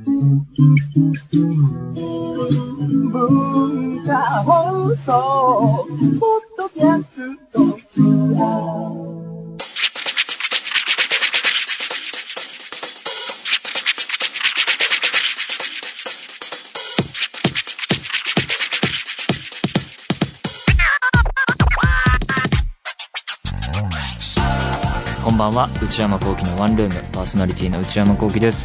文化放送ポッドキャストこんばんは。内山聖輝のワンルームパーソナリティの内山聖輝です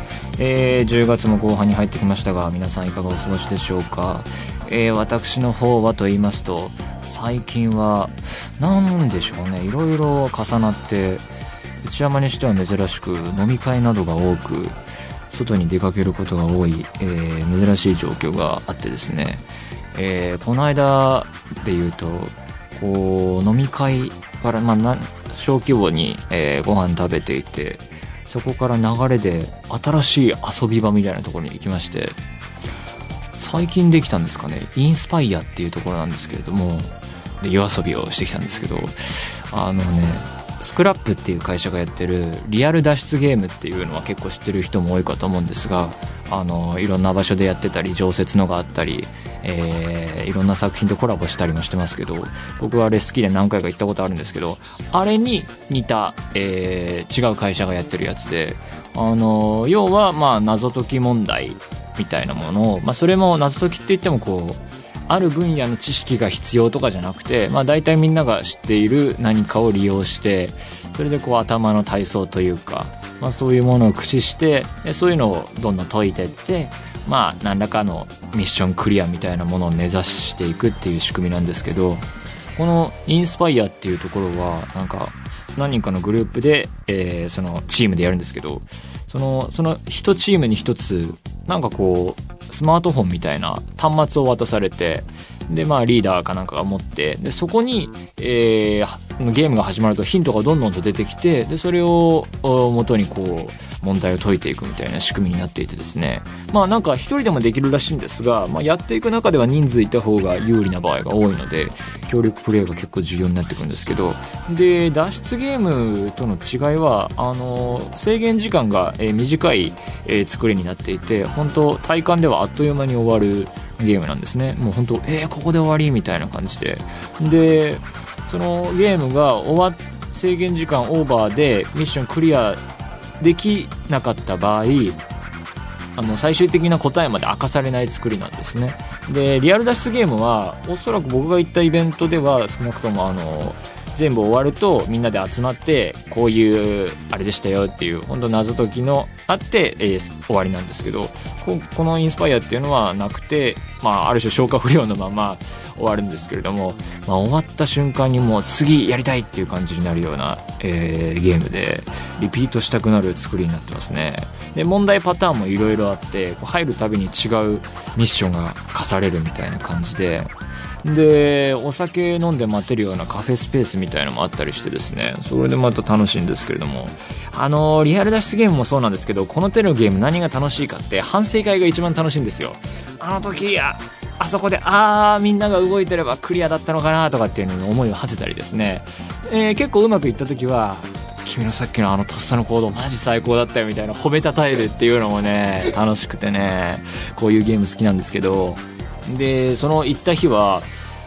。10月も後半に入ってきましたが、皆さんいかがお過ごしでしょうか。私の方はと言いますと、最近は何でしょうね、いろいろ重なって内山にしては珍しく飲み会などが多く外に出かけることが多い、珍しい状況があってですね、この間で言うとこう飲み会から、小規模に、ご飯食べていて、そこから流れで新しい遊び場みたいなところに行きまして、最近できたんですかね、インスパイアっていうところなんですけれども、で夜遊びをしてきたんですけど、スクラップっていう会社がやってるリアル脱出ゲームっていうのは結構知ってる人も多いかと思うんですが、いろんな場所でやってたり常設のがあったり、いろんな作品とコラボしたりもしてますけど、僕はあれ好きで何回か行ったことあるんですけど、あれに似た、違う会社がやってるやつで、要は謎解き問題みたいなものを、それも謎解きって言ってもこうある分野の知識が必要とかじゃなくて、大体みんなが知っている何かを利用して、それでこう頭の体操というか、そういうものを駆使して、そういうのをどんどん解いていって、何らかのミッションクリアみたいなものを目指していくっていう仕組みなんですけど、このインスパイアっていうところはなんか何人かのグループで、そのチームでやるんですけど、その一チームに一つなんかこうスマートフォンみたいな端末を渡されて、でリーダーかなんかが持って、でそこに、ゲームが始まるとヒントがどんどんと出てきて、でそれを元にこう問題を解いていくみたいな仕組みになっていてですね、なんか一人でもできるらしいんですが、やっていく中では人数いた方が有利な場合が多いので、協力プレイが結構重要になってくるんですけど、で脱出ゲームとの違いは制限時間が、短い、作りになっていて、本当体感ではあっという間に終わるゲームなんですね。もう本当ここで終わりみたいな感じで、でそのゲームが制限時間オーバーでミッションクリアできなかった場合、最終的な答えまで明かされない作りなんですね。でリアル脱出ゲームはおそらく僕が行ったイベントでは少なくとも全部終わるとみんなで集まってこういうあれでしたよっていう本当謎解きのあって、終わりなんですけど、このインスパイアっていうのはなくて、ある種消化不良のまま終わるんですけれども、終わった瞬間にもう次やりたいっていう感じになるような、ゲームでリピートしたくなる作りになってますね。で問題パターンもいろいろあって、入るたびに違うミッションが課されるみたいな感じで、お酒飲んで待てるようなカフェスペースみたいなのもあったりしてですね、それでまた楽しいんですけれども、リアル脱出ゲームもそうなんですけど、この手のゲーム何が楽しいかって反省会が一番楽しいんですよ。あそこでみんなが動いてればクリアだったのかなとかっていうのに思いを馳せたりですね、結構うまくいった時は君のさっきのとっさの行動マジ最高だったよみたいな褒めたたえるっていうのもね楽しくてね、こういうゲーム好きなんですけど、でその行った日は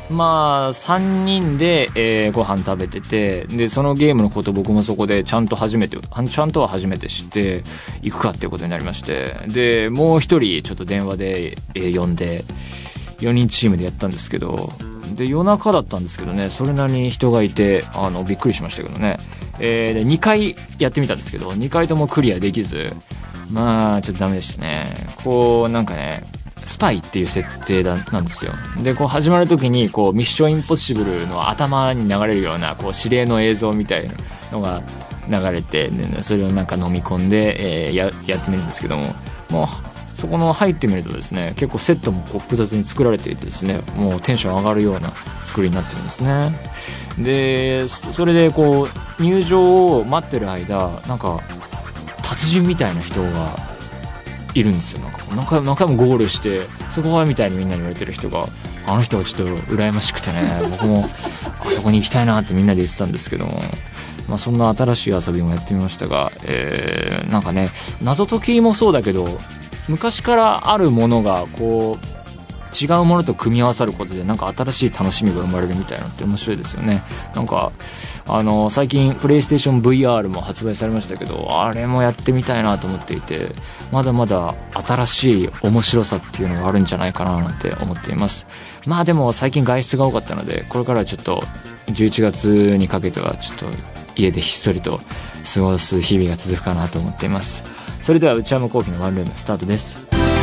3人で、ご飯食べてて、でそのゲームのこと僕もそこでちゃんとは初めて知って行くかっていうことになりまして、でもう一人ちょっと電話で、呼んで4人チームでやったんですけど、で夜中だったんですけどね、それなりに人がいてびっくりしましたけどね、で2回やってみたんですけど2回ともクリアできず、ちょっとダメでしたね。こうなんかねスパイっていう設定なんですよ。でこう始まる時にこうミッションインポッシブルの頭に流れるようなこう指令の映像みたいなのが流れて、それをなんか飲み込んで、やってみるんですけども、もうそこの入ってみるとですね、結構セットもこう複雑に作られていてですね、もうテンション上がるような作りになってるんですね。でそれでこう入場を待ってる間、なんか達人みたいな人がいるんですよ。何回もゴールしてそこはみたいにみんなに言われてる人が、あの人がちょっと羨ましくてね、僕もあそこに行きたいなってみんなで言ってたんですけども、そんな新しい遊びもやってみましたが、なんかね謎解きもそうだけど昔からあるものがこう違うものと組み合わさることでなんか新しい楽しみが生まれるみたいなのって面白いですよね。なんか最近プレイステーション VR も発売されましたけど、あれもやってみたいなと思っていて、まだまだ新しい面白さっていうのがあるんじゃないかななんて思っています。まあでも最近外出が多かったので、これからはちょっと11月にかけてはちょっと家でひっそりと過ごす日々が続くかなと思っています。それでは内山聖輝のワンルームスタートです。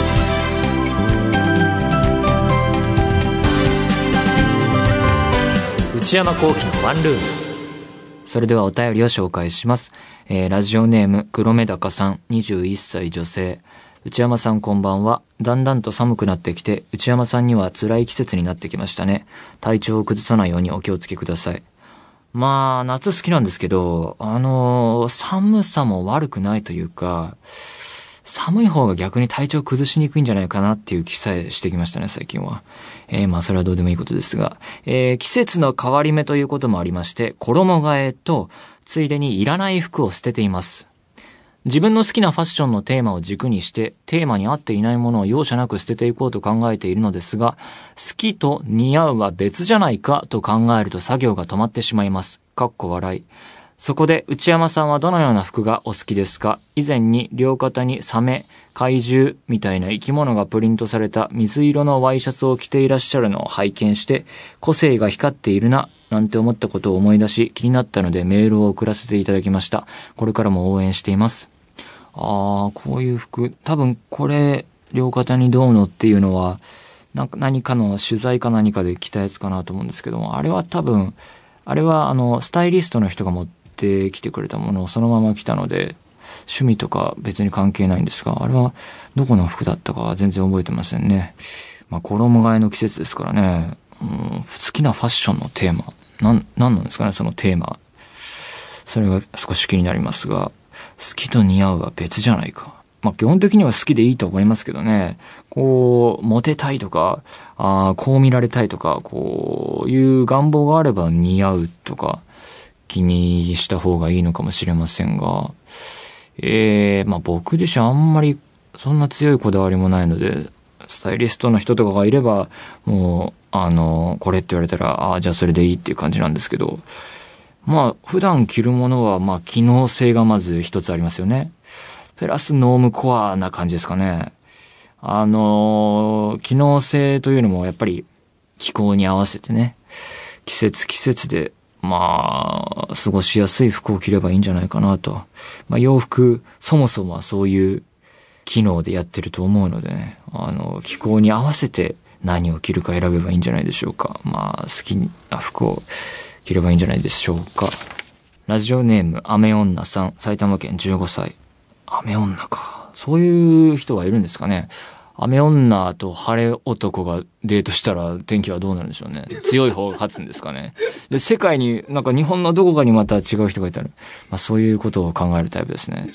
内山聖輝のワンルーム。それではお便りを紹介します。ラジオネーム黒目高さん、21歳女性。内山さんこんばんは。だんだんと寒くなってきて、内山さんには辛い季節になってきましたね。体調を崩さないようにお気をつけください。まあ夏好きなんですけど、寒さも悪くないというか、寒い方が逆に体調崩しにくいんじゃないかなっていう気さえしてきましたね、最近は。まあそれはどうでもいいことですが、季節の変わり目ということもありまして、衣替えとついでにいらない服を捨てています。自分の好きなファッションのテーマを軸にして、テーマに合っていないものを容赦なく捨てていこうと考えているのですが、好きと似合うは別じゃないかと考えると作業が止まってしまいます。かっこ笑い。そこで内山さんはどのような服がお好きですか？以前に両肩にサメ、怪獣みたいな生き物がプリントされた水色のワイシャツを着ていらっしゃるのを拝見して、個性が光っているな、なんて思ったことを思い出し、気になったのでメールを送らせていただきました。これからも応援しています。こういう服、多分これ、両肩にどうのっていうのは、何かの取材か何かで着たやつかなと思うんですけども、あれはスタイリストの人が持ってきてくれたものをそのまま着たので、趣味とか別に関係ないんですが、あれはどこの服だったかは全然覚えてませんね。まあ衣替えの季節ですからね、好きなファッションのテーマ、何なんですかね、そのテーマ。それが少し気になりますが、好きと似合うは別じゃないか。まあ基本的には好きでいいと思いますけどね。こう、モテたいとか、こう見られたいとか、こういう願望があれば似合うとか、気にした方がいいのかもしれませんが、まあ僕自身あんまりそんな強いこだわりもないので、スタイリストの人とかがいれば、もう、これって言われたら、じゃあそれでいいっていう感じなんですけど、まあ普段着るものはまあ機能性がまず一つありますよね。プラスノームコアな感じですかね。機能性というのもやっぱり気候に合わせてね、季節でまあ過ごしやすい服を着ればいいんじゃないかなと。まあ洋服そもそもはそういう機能でやってると思うのでね、気候に合わせて何を着るか選べばいいんじゃないでしょうか。まあ好きな服を着ればいいんじゃないでしょうか。ラジオネーム雨女さん、埼玉県15歳。雨女か。そういう人はいるんですかね。雨女と晴れ男がデートしたら天気はどうなるんでしょうね。強い方が勝つんですかね。で、世界になんか日本のどこかにまた違う人がいたら、まあそういうことを考えるタイプですね。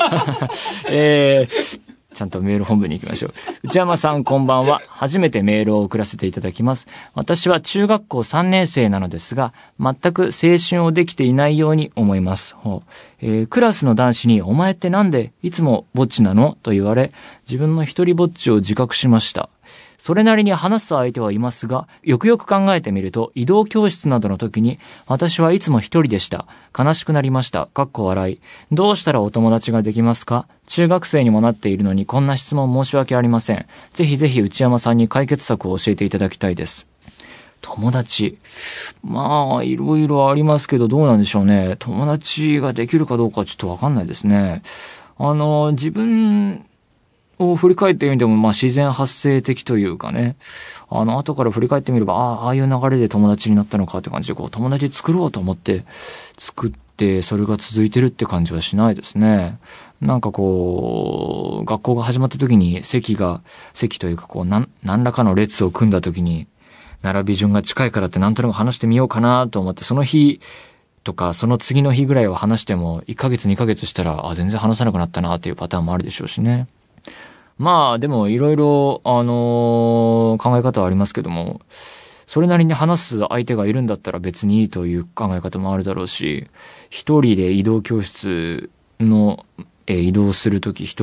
ちゃんとメール本文に行きましょう。内山さんこんばんは。初めてメールを送らせていただきます。私は中学校3年生なのですが、全く青春をできていないように思います。クラスの男子にお前ってなんでいつもぼっちなのと言われ、自分の一人ぼっちを自覚しました。それなりに話す相手はいますが、よくよく考えてみると、移動教室などの時に、私はいつも一人でした。悲しくなりました。かっこ笑い。どうしたらお友達ができますか？中学生にもなっているのに、こんな質問申し訳ありません。ぜひぜひ内山さんに解決策を教えていただきたいです。友達。まあ、いろいろありますけど、どうなんでしょうね。友達ができるかどうかちょっとわかんないですね。自分を振り返ってみても、まあ自然発生的というかね、後から振り返ってみれば、ああいう流れで友達になったのかって感じで、こう友達作ろうと思って作って、それが続いてるって感じはしないですね。なんかこう、学校が始まった時に席というかこう、何らかの列を組んだ時に、並び順が近いからってなんとなく話してみようかなと思って、その日とかその次の日ぐらいは話しても、1ヶ月2ヶ月したら、全然話さなくなったなっていうパターンもあるでしょうしね。まあでもいろいろ考え方はありますけども、それなりに話す相手がいるんだったら別にいいという考え方もあるだろうし、一人で移動教室の、移動するとき一人っ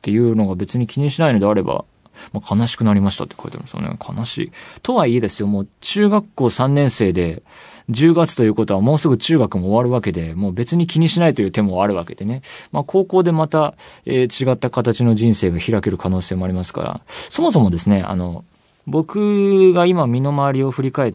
っていうのが別に気にしないのであれば、悲しくなりましたって書いてあるんですよね。悲しい。とはいえですよ、もう中学校3年生で、10月ということはもうすぐ中学も終わるわけで、もう別に気にしないという手もあるわけでね。高校でまた、違った形の人生が開ける可能性もありますから、そもそもですね、僕が今身の回りを振り返って、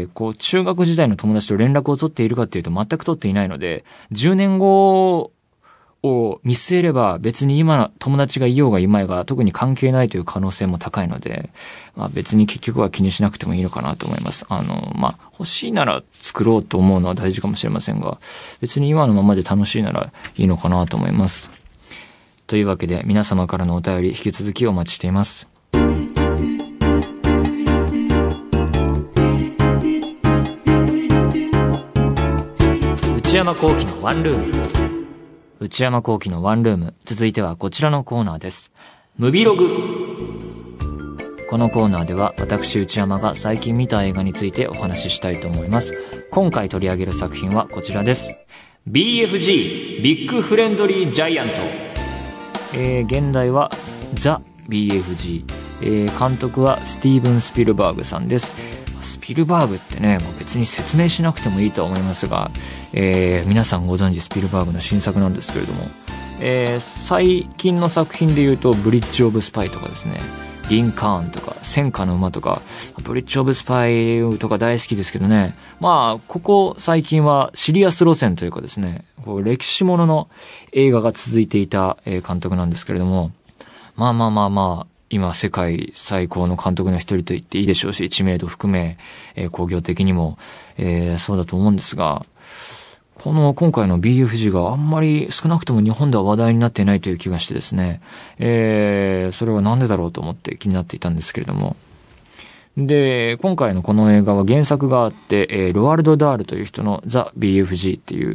中学時代の友達と連絡を取っているかっていうと全く取っていないので、10年後を見据えれば別に今の友達がいようがいまいが特に関係ないという可能性も高いので、別に結局は気にしなくてもいいのかなと思います。欲しいなら作ろうと思うのは大事かもしれませんが、別に今のままで楽しいならいいのかなと思います。というわけで皆様からのお便り引き続きお待ちしています。内山聖輝のワンルーム。内山聖輝のワンルーム。続いてはこちらのコーナーです。ムビログ。このコーナーでは私内山が最近見た映画についてお話ししたいと思います。今回取り上げる作品はこちらです。BFG ビッグフレンドリージャイアント。現代はザ・ BFG。監督はスティーブン・スピルバーグさんです。スピルバーグってね、もう別に説明しなくてもいいと思いますが、皆さんご存知スピルバーグの新作なんですけれども、最近の作品で言うとブリッジ・オブ・スパイとかですね、リンカーンとか戦火の馬とか、ブリッジ・オブ・スパイとか大好きですけどね、ここ最近はシリアス路線というかですね、歴史ものの映画が続いていた監督なんですけれども、今世界最高の監督の一人と言っていいでしょうし、知名度含め、興行的にも、そうだと思うんですが、今回の BFG があんまり少なくとも日本では話題になっていないという気がしてですね、それはなんでだろうと思って気になっていたんですけれども、で、今回のこの映画は原作があって、ロワルド・ダールという人のザ・ BFG っていう、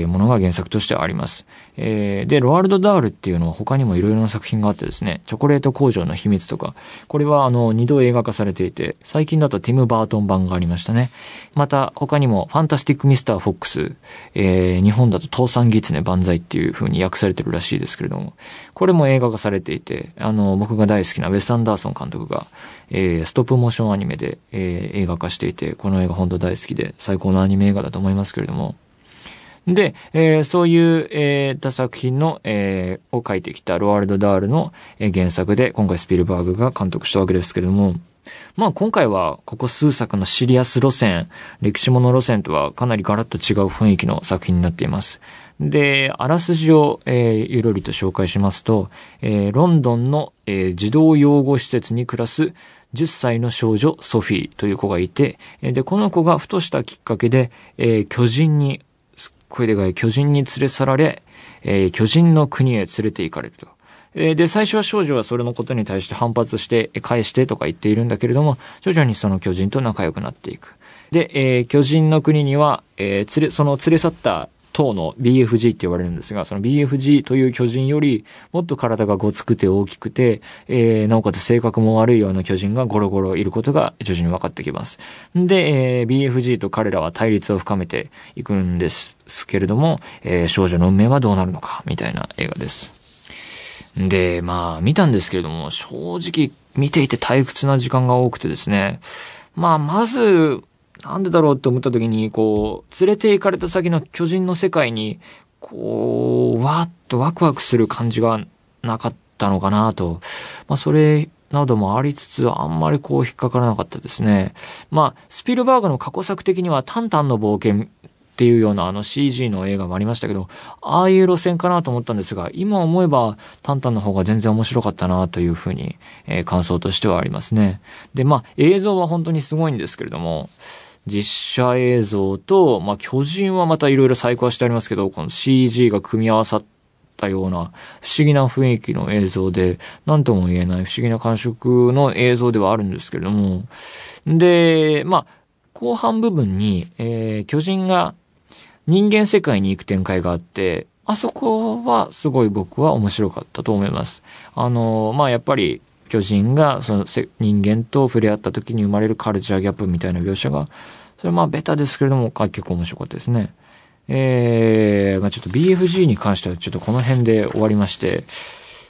ものが原作としてあります。で、ロワルド・ダールっていうのは他にもいろいろな作品があってですね、チョコレート工場の秘密とか、これは2度映画化されていて、最近だとティム・バートン版がありましたね。また他にもファンタスティック・ミスター・フォックス、日本だと倒産ギツネ万歳っていう風に訳されてるらしいですけれども、これも映画化されていて、僕が大好きなウェス・アンダーソン監督が、ストップモーションアニメで、映画化していて、この映画本当大好きで最高のアニメ映画だと思いますけれども、で、そういう、他作品の、を書いてきたロワルド・ダールの、原作で今回スピルバーグが監督したわけですけれども、今回はここ数作のシリアス路線、歴史もの路線とはかなりガラッと違う雰囲気の作品になっています。で、あらすじを、ゆるりと紹介しますと、ロンドンの、児童養護施設に暮らす10歳の少女ソフィーという子がいて、で、この子がふとしたきっかけで、巨人に連れ去られ、巨人の国へ連れて行かれると。で、最初は少女はそれのことに対して反発して、返してとか言っているんだけれども、徐々にその巨人と仲良くなっていく。で、巨人の国には、その連れ去った当の BFG って言われるんですが、その BFG という巨人よりもっと体がごつくて大きくて、なおかつ性格も悪いような巨人がゴロゴロいることが徐々に分かってきます。で、BFG と彼らは対立を深めていくんですけれども、少女の運命はどうなるのかみたいな映画です。で、見たんですけれども、正直見ていて退屈な時間が多くてですね、まずなんでだろうって思った時に、連れて行かれた先の巨人の世界に、わーっとワクワクする感じがなかったのかなと。それなどもありつつ、あんまり引っかからなかったですね。スピルバーグの過去作的には、タンタンの冒険っていうようなCG の映画もありましたけど、ああいう路線かなと思ったんですが、今思えばタンタンの方が全然面白かったなというふうに、感想としてはありますね。で、映像は本当にすごいんですけれども、実写映像と、巨人はまたいろいろ細工はしてありますけど、この CG が組み合わさったような不思議な雰囲気の映像で、なんとも言えない不思議な感触の映像ではあるんですけれども、で、後半部分に、巨人が人間世界に行く展開があって、あそこはすごい僕は面白かったと思います。やっぱり巨人がその人間と触れ合った時に生まれるカルチャーギャップみたいな描写が、それベタですけれども結構面白かったですね。ちょっと BFG に関してはちょっとこの辺で終わりまして、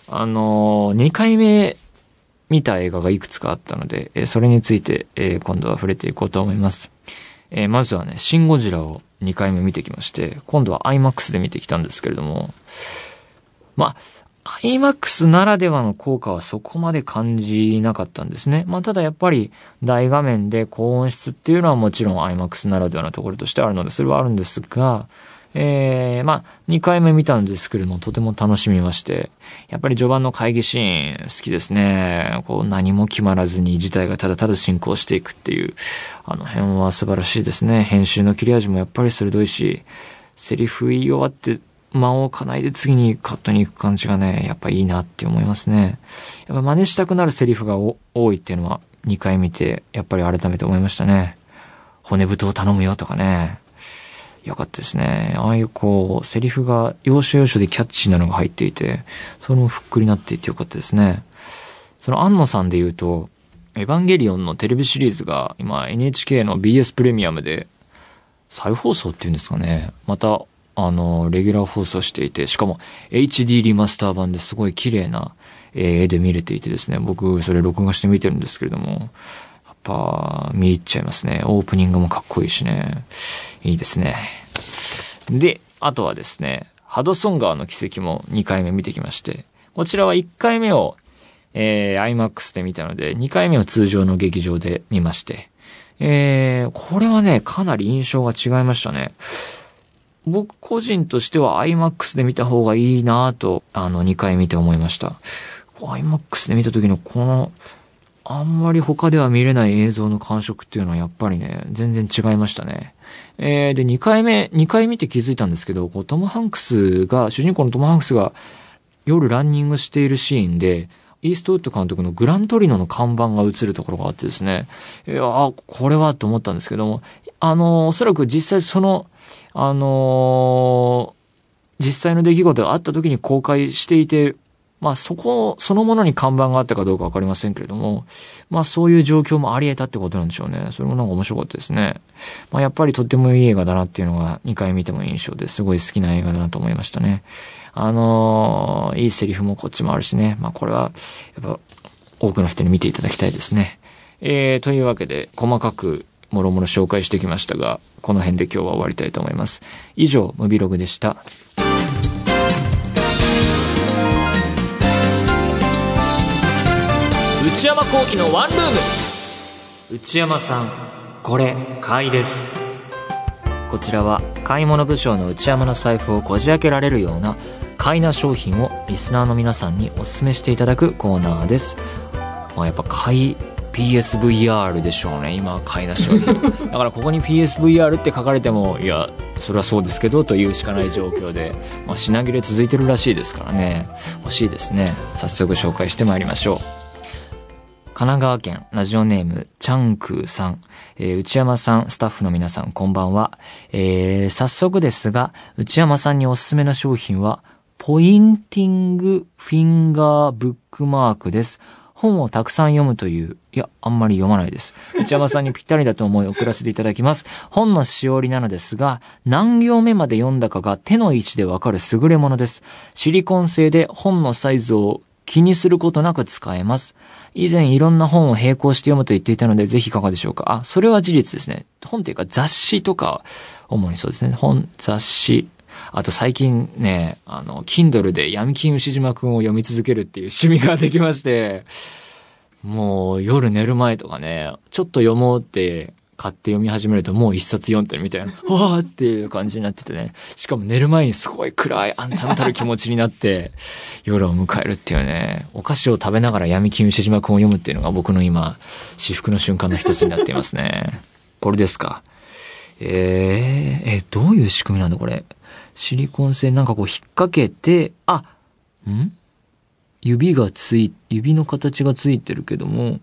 2回目見た映画がいくつかあったので、それについて、今度は触れていこうと思います。まずはね、シン・ゴジラを2回目見てきまして、今度は IMAX で見てきたんですけれども、IMAX ならではの効果はそこまで感じなかったんですね。ただやっぱり大画面で高音質っていうのはもちろん IMAX ならではのところとしてあるので、それはあるんですが、2回目見たんですけれども、とても楽しみまして、やっぱり序盤の会議シーン好きですね。何も決まらずに事態がただただ進行していくっていう、あの辺は素晴らしいですね。編集の切れ味もやっぱり鋭いし、セリフ言い終わって間を置かないで次にカットに行く感じがね、やっぱいいなって思いますね。やっぱ真似したくなるセリフが多いっていうのは2回見て、やっぱり改めて思いましたね。骨太を頼むよとかね。よかったですね。ああいうセリフが要所要所でキャッチーなのが入っていて、それもふっくりなっていてよかったですね。その安野さんで言うと、エヴァンゲリオンのテレビシリーズが今 NHK の BS プレミアムで再放送っていうんですかね。また、レギュラー放送していて、しかも HD リマスター版ですごい綺麗な絵で見れていてですね、僕それ録画して見てるんですけれども、やっぱ見入っちゃいますね。オープニングもかっこいいしね。いいですね。で、あとはですね、ハドソン川の奇跡も2回目見てきまして、こちらは1回目を、IMAX で見たので、2回目を通常の劇場で見まして、これはね、かなり印象が違いましたね。僕個人としては IMAX で見た方がいいなぁと、2回見て思いました。IMAX で見た時のあんまり他では見れない映像の感触っていうのはやっぱりね、全然違いましたね。で、2回見て気づいたんですけど、主人公のトム・ハンクスが夜ランニングしているシーンで、イーストウッド監督のグラントリノの看板が映るところがあってですね、これはと思ったんですけども、おそらく実際実際の出来事があった時に公開していて、そのものに看板があったかどうかわかりませんけれども、そういう状況もあり得たってことなんでしょうね。それもなんか面白かったですね。やっぱりとってもいい映画だなっていうのが2回見ても印象ですごい好きな映画だなと思いましたね。いいセリフもこっちもあるしね。これは、やっぱ、多くの人に見ていただきたいですね。というわけで、細かく、もろもろ紹介してきましたが、この辺で今日は終わりたいと思います。以上、ムビログでした。内山聖輝のワンルーム。内山さん、これ買いです。こちらは買い物不詳の内山の財布をこじ開けられるような買いな商品をリスナーの皆さんにお勧めしていただくコーナーです。やっぱ買い PSVR でしょうね。今は買いな商品だからここに PSVR って書かれても、いやそれはそうですけどというしかない状況で、品切れ続いてるらしいですからね。欲しいですね。早速紹介してまいりましょう。神奈川県ラジオネームチャンクーさん、内山さん、スタッフの皆さんこんばんは。早速ですが、内山さんにおすすめの商品はポインティングフィンガーブックマークです。本をたくさん読むという、あんまり読まないです。内山さんにぴったりだと思い送らせていただきます。本のしおりなのですが、何行目まで読んだかが手の位置でわかる優れものです。シリコン製で本のサイズを気にすることなく使えます。以前いろんな本を並行して読むと言っていたので、ぜひいかがでしょうか。それは事実ですね。本というか雑誌とか、主にそうですね。雑誌。あと最近ね、Kindle で闇金牛島くんを読み続けるっていう趣味ができまして、もう夜寝る前とかね、ちょっと読もうって買って読み始めるともう一冊読んでるみたいな、わーっていう感じになっててね。しかも寝る前にすごい暗い暗淡たる気持ちになって夜を迎えるっていうね、お菓子を食べながら闇金牛島くんを読むっていうのが僕の今至福の瞬間の一つになっていますね。これですか。どういう仕組みなんだこれ。シリコン製なんか引っ掛けて、指の形がついてるけども、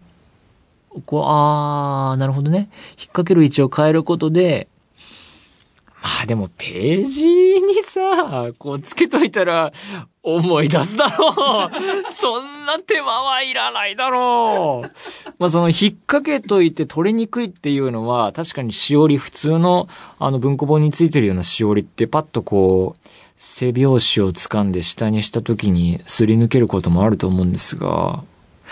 なるほどね。引っ掛ける位置を変えることで、でもページにさ、つけといたら思い出すだろう。そんな手間はいらないだろう。その引っ掛けといて取れにくいっていうのは、確かにしおり、普通の文庫本についてるようなしおりってパッと背拍子を掴んで下にした時にすり抜けることもあると思うんですが、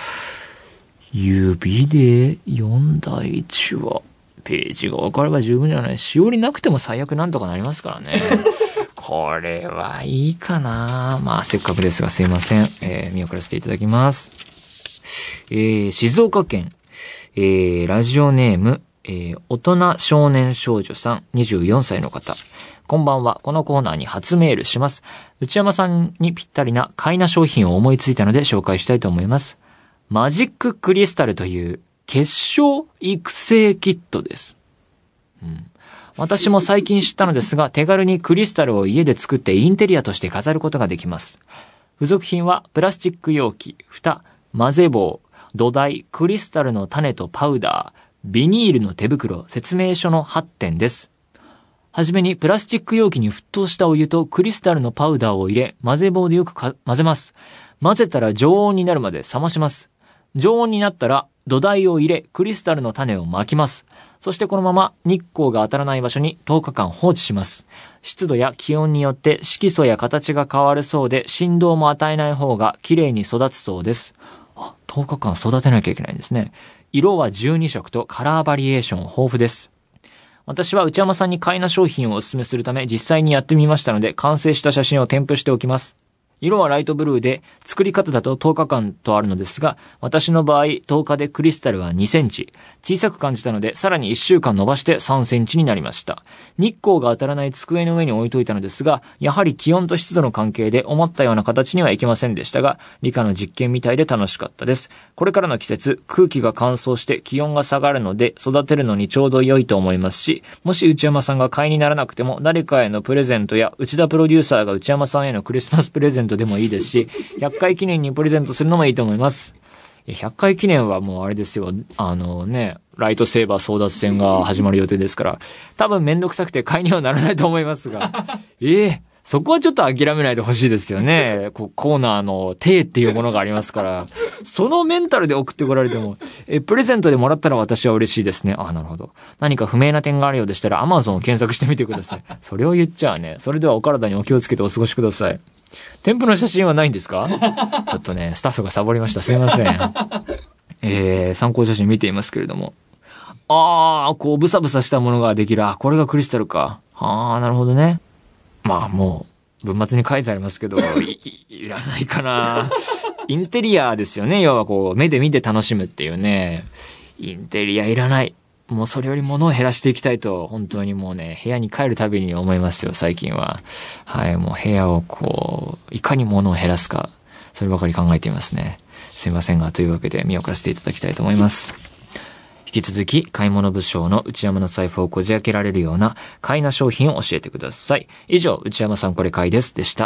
指で読んだ位置は、ページが分かれば十分じゃない。しおりなくても最悪なんとかなりますからね。これはいいかな。まあせっかくですがすいません。見送らせていただきます。静岡県、ラジオネーム、大人少年少女さん24歳の方。こんばんは。このコーナーに初メールします。内山さんにぴったりな買いな商品を思いついたので紹介したいと思います。マジッククリスタルという結晶育成キットです。私も最近知ったのですが、手軽にクリスタルを家で作ってインテリアとして飾ることができます。付属品はプラスチック容器、蓋、混ぜ棒、土台、クリスタルの種とパウダー、ビニールの手袋、説明書の8点です。はじめにプラスチック容器に沸騰したお湯とクリスタルのパウダーを入れ、混ぜ棒でよく混ぜます。混ぜたら常温になるまで冷まします。常温になったら土台を入れ、クリスタルの種を巻きます。そしてこのまま日光が当たらない場所に10日間放置します。湿度や気温によって色素や形が変わるそうで、振動も与えない方が綺麗に育つそうです。10日間育てなきゃいけないんですね。色は12色とカラーバリエーション豊富です。私は内山さんに買いな商品をお勧めするため実際にやってみましたので、完成した写真を添付しておきます。色はライトブルーで、作り方だと10日間とあるのですが、私の場合10日でクリスタルは2センチ。小さく感じたので、さらに1週間伸ばして3センチになりました。日光が当たらない机の上に置いといたのですが、やはり気温と湿度の関係で思ったような形にはいけませんでしたが、理科の実験みたいで楽しかったです。これからの季節、空気が乾燥して気温が下がるので、育てるのにちょうど良いと思いますし、もし内山さんが買いにならなくても、誰かへのプレゼントや内田プロデューサーが内山さんへのクリスマスプレゼントでもいいですし、100回記念にプレゼントするのもいいと思います。100回記念はもうあれですよ、ライトセーバー争奪戦が始まる予定ですから、多分めんどくさくて買いにはならないと思いますが、そこはちょっと諦めないでほしいですよね。コーナーの手っていうものがありますから、そのメンタルで送ってこられても、プレゼントでもらったら私は嬉しいですね。なるほど。何か不明な点があるようでしたら Amazon を検索してみてください。それを言っちゃうね。それではお体にお気をつけてお過ごしください。添付の写真はないんですか？ちょっとね、スタッフがサボりました。すいません。参考写真見ていますけれども。こうブサブサしたものができる。これがクリスタルか。なるほどね。まあもう文末に書いてありますけど、いらないかな。インテリアですよね。要はこう目で見て楽しむっていうね。インテリアいらない。もうそれより物を減らしていきたいと、本当にもうね、部屋に帰るたびに思いますよ、最近は。はい、もう部屋をこう、いかに物を減らすか、そればかり考えていますね。すいませんが、というわけで見送らせていただきたいと思います。引き続き、買い物武将の内山の財布をこじ開けられるような買いな商品を教えてください。以上、内山さんこれ買いですでした。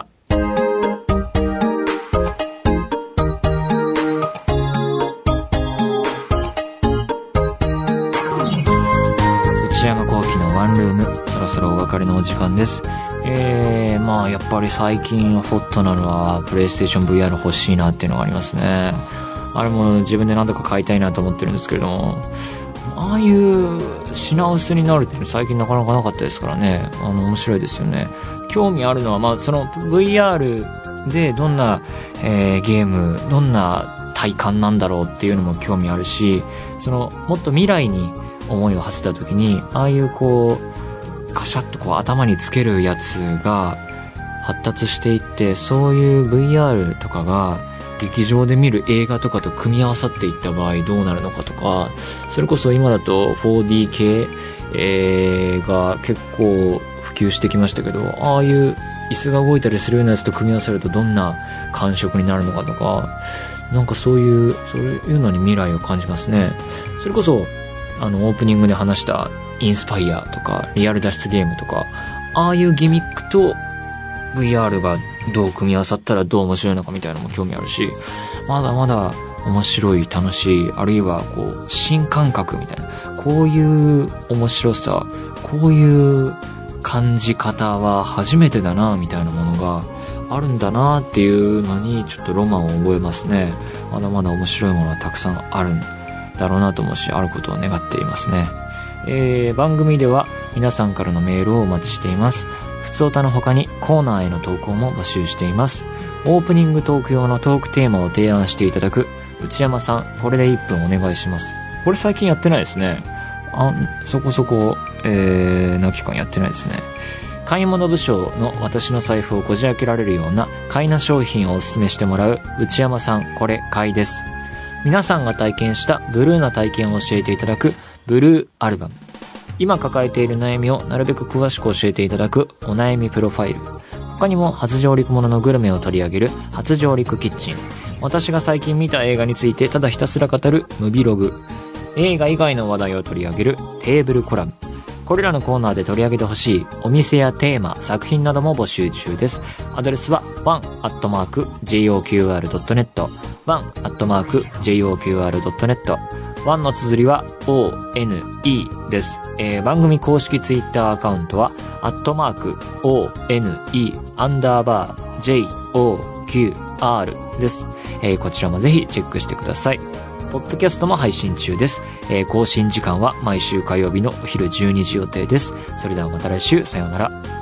内山幸喜のワンルーム、そろそろお別れのお時間です。まあやっぱり最近ホットなのはプレイステーション VR 欲しいなっていうのがありますね。あれも自分で何とか買いたいなと思ってるんですけれども、ああいう品薄になるっていうの最近なかなかなかったですからね。面白いですよね。興味あるのは、まあその VR でどんな、ゲーム、どんな体感なんだろうっていうのも興味あるし、もっと未来に思いを馳せた時に、ああいうこうカシャッとこう頭につけるやつが発達していって、そういう VR とかが劇場で見る映画とかと組み合わさっていった場合どうなるのかとか、それこそ今だと 4D 系、が結構普及してきましたけど、ああいう椅子が動いたりするようなやつと組み合わせるとどんな感触になるのかとか、なんかそういうのに未来を感じますね。それこそオープニングで話したインスパイアとかリアル脱出ゲームとか、ああいうギミックと VR がどう組み合わさったらどう面白いのかみたいなのも興味あるし、まだまだ面白い、楽しい、あるいはこう新感覚みたいな、こういう面白さ、こういう感じ方は初めてだなみたいなものがあるんだなっていうのにちょっとロマンを覚えますね。まだまだ面白いものはたくさんあるんだろうなと思うし、あることを願っていますね。番組では皆さんからのメールをお待ちしています。ふつおたの他にコーナーへの投稿も募集しています。オープニングトーク用のトークテーマを提案していただく内山さん、これで1分お願いします。これ最近やってないですね。そこそこ、の期間やってないですね。買い物部署の私の財布をこじ開けられるような買いな商品をお勧めしてもらう内山さん、これ買いです。皆さんが体験したブルーな体験を教えていただくブルーアルバム。今抱えている悩みをなるべく詳しく教えていただくお悩みプロファイル。他にも初上陸もののグルメを取り上げる初上陸キッチン。私が最近見た映画についてただひたすら語るムビログ。映画以外の話題を取り上げるテーブルコラム。これらのコーナーで取り上げてほしいお店やテーマ、作品なども募集中です。アドレスは one@joqr.net one@joqr.net。 1の綴りは ONE です。番組公式ツイッターアカウントは@ONE_JOQR です。こちらもぜひチェックしてください。ポッドキャストも配信中です。更新時間は毎週火曜日のお昼12時予定です。それではまた来週、さようなら。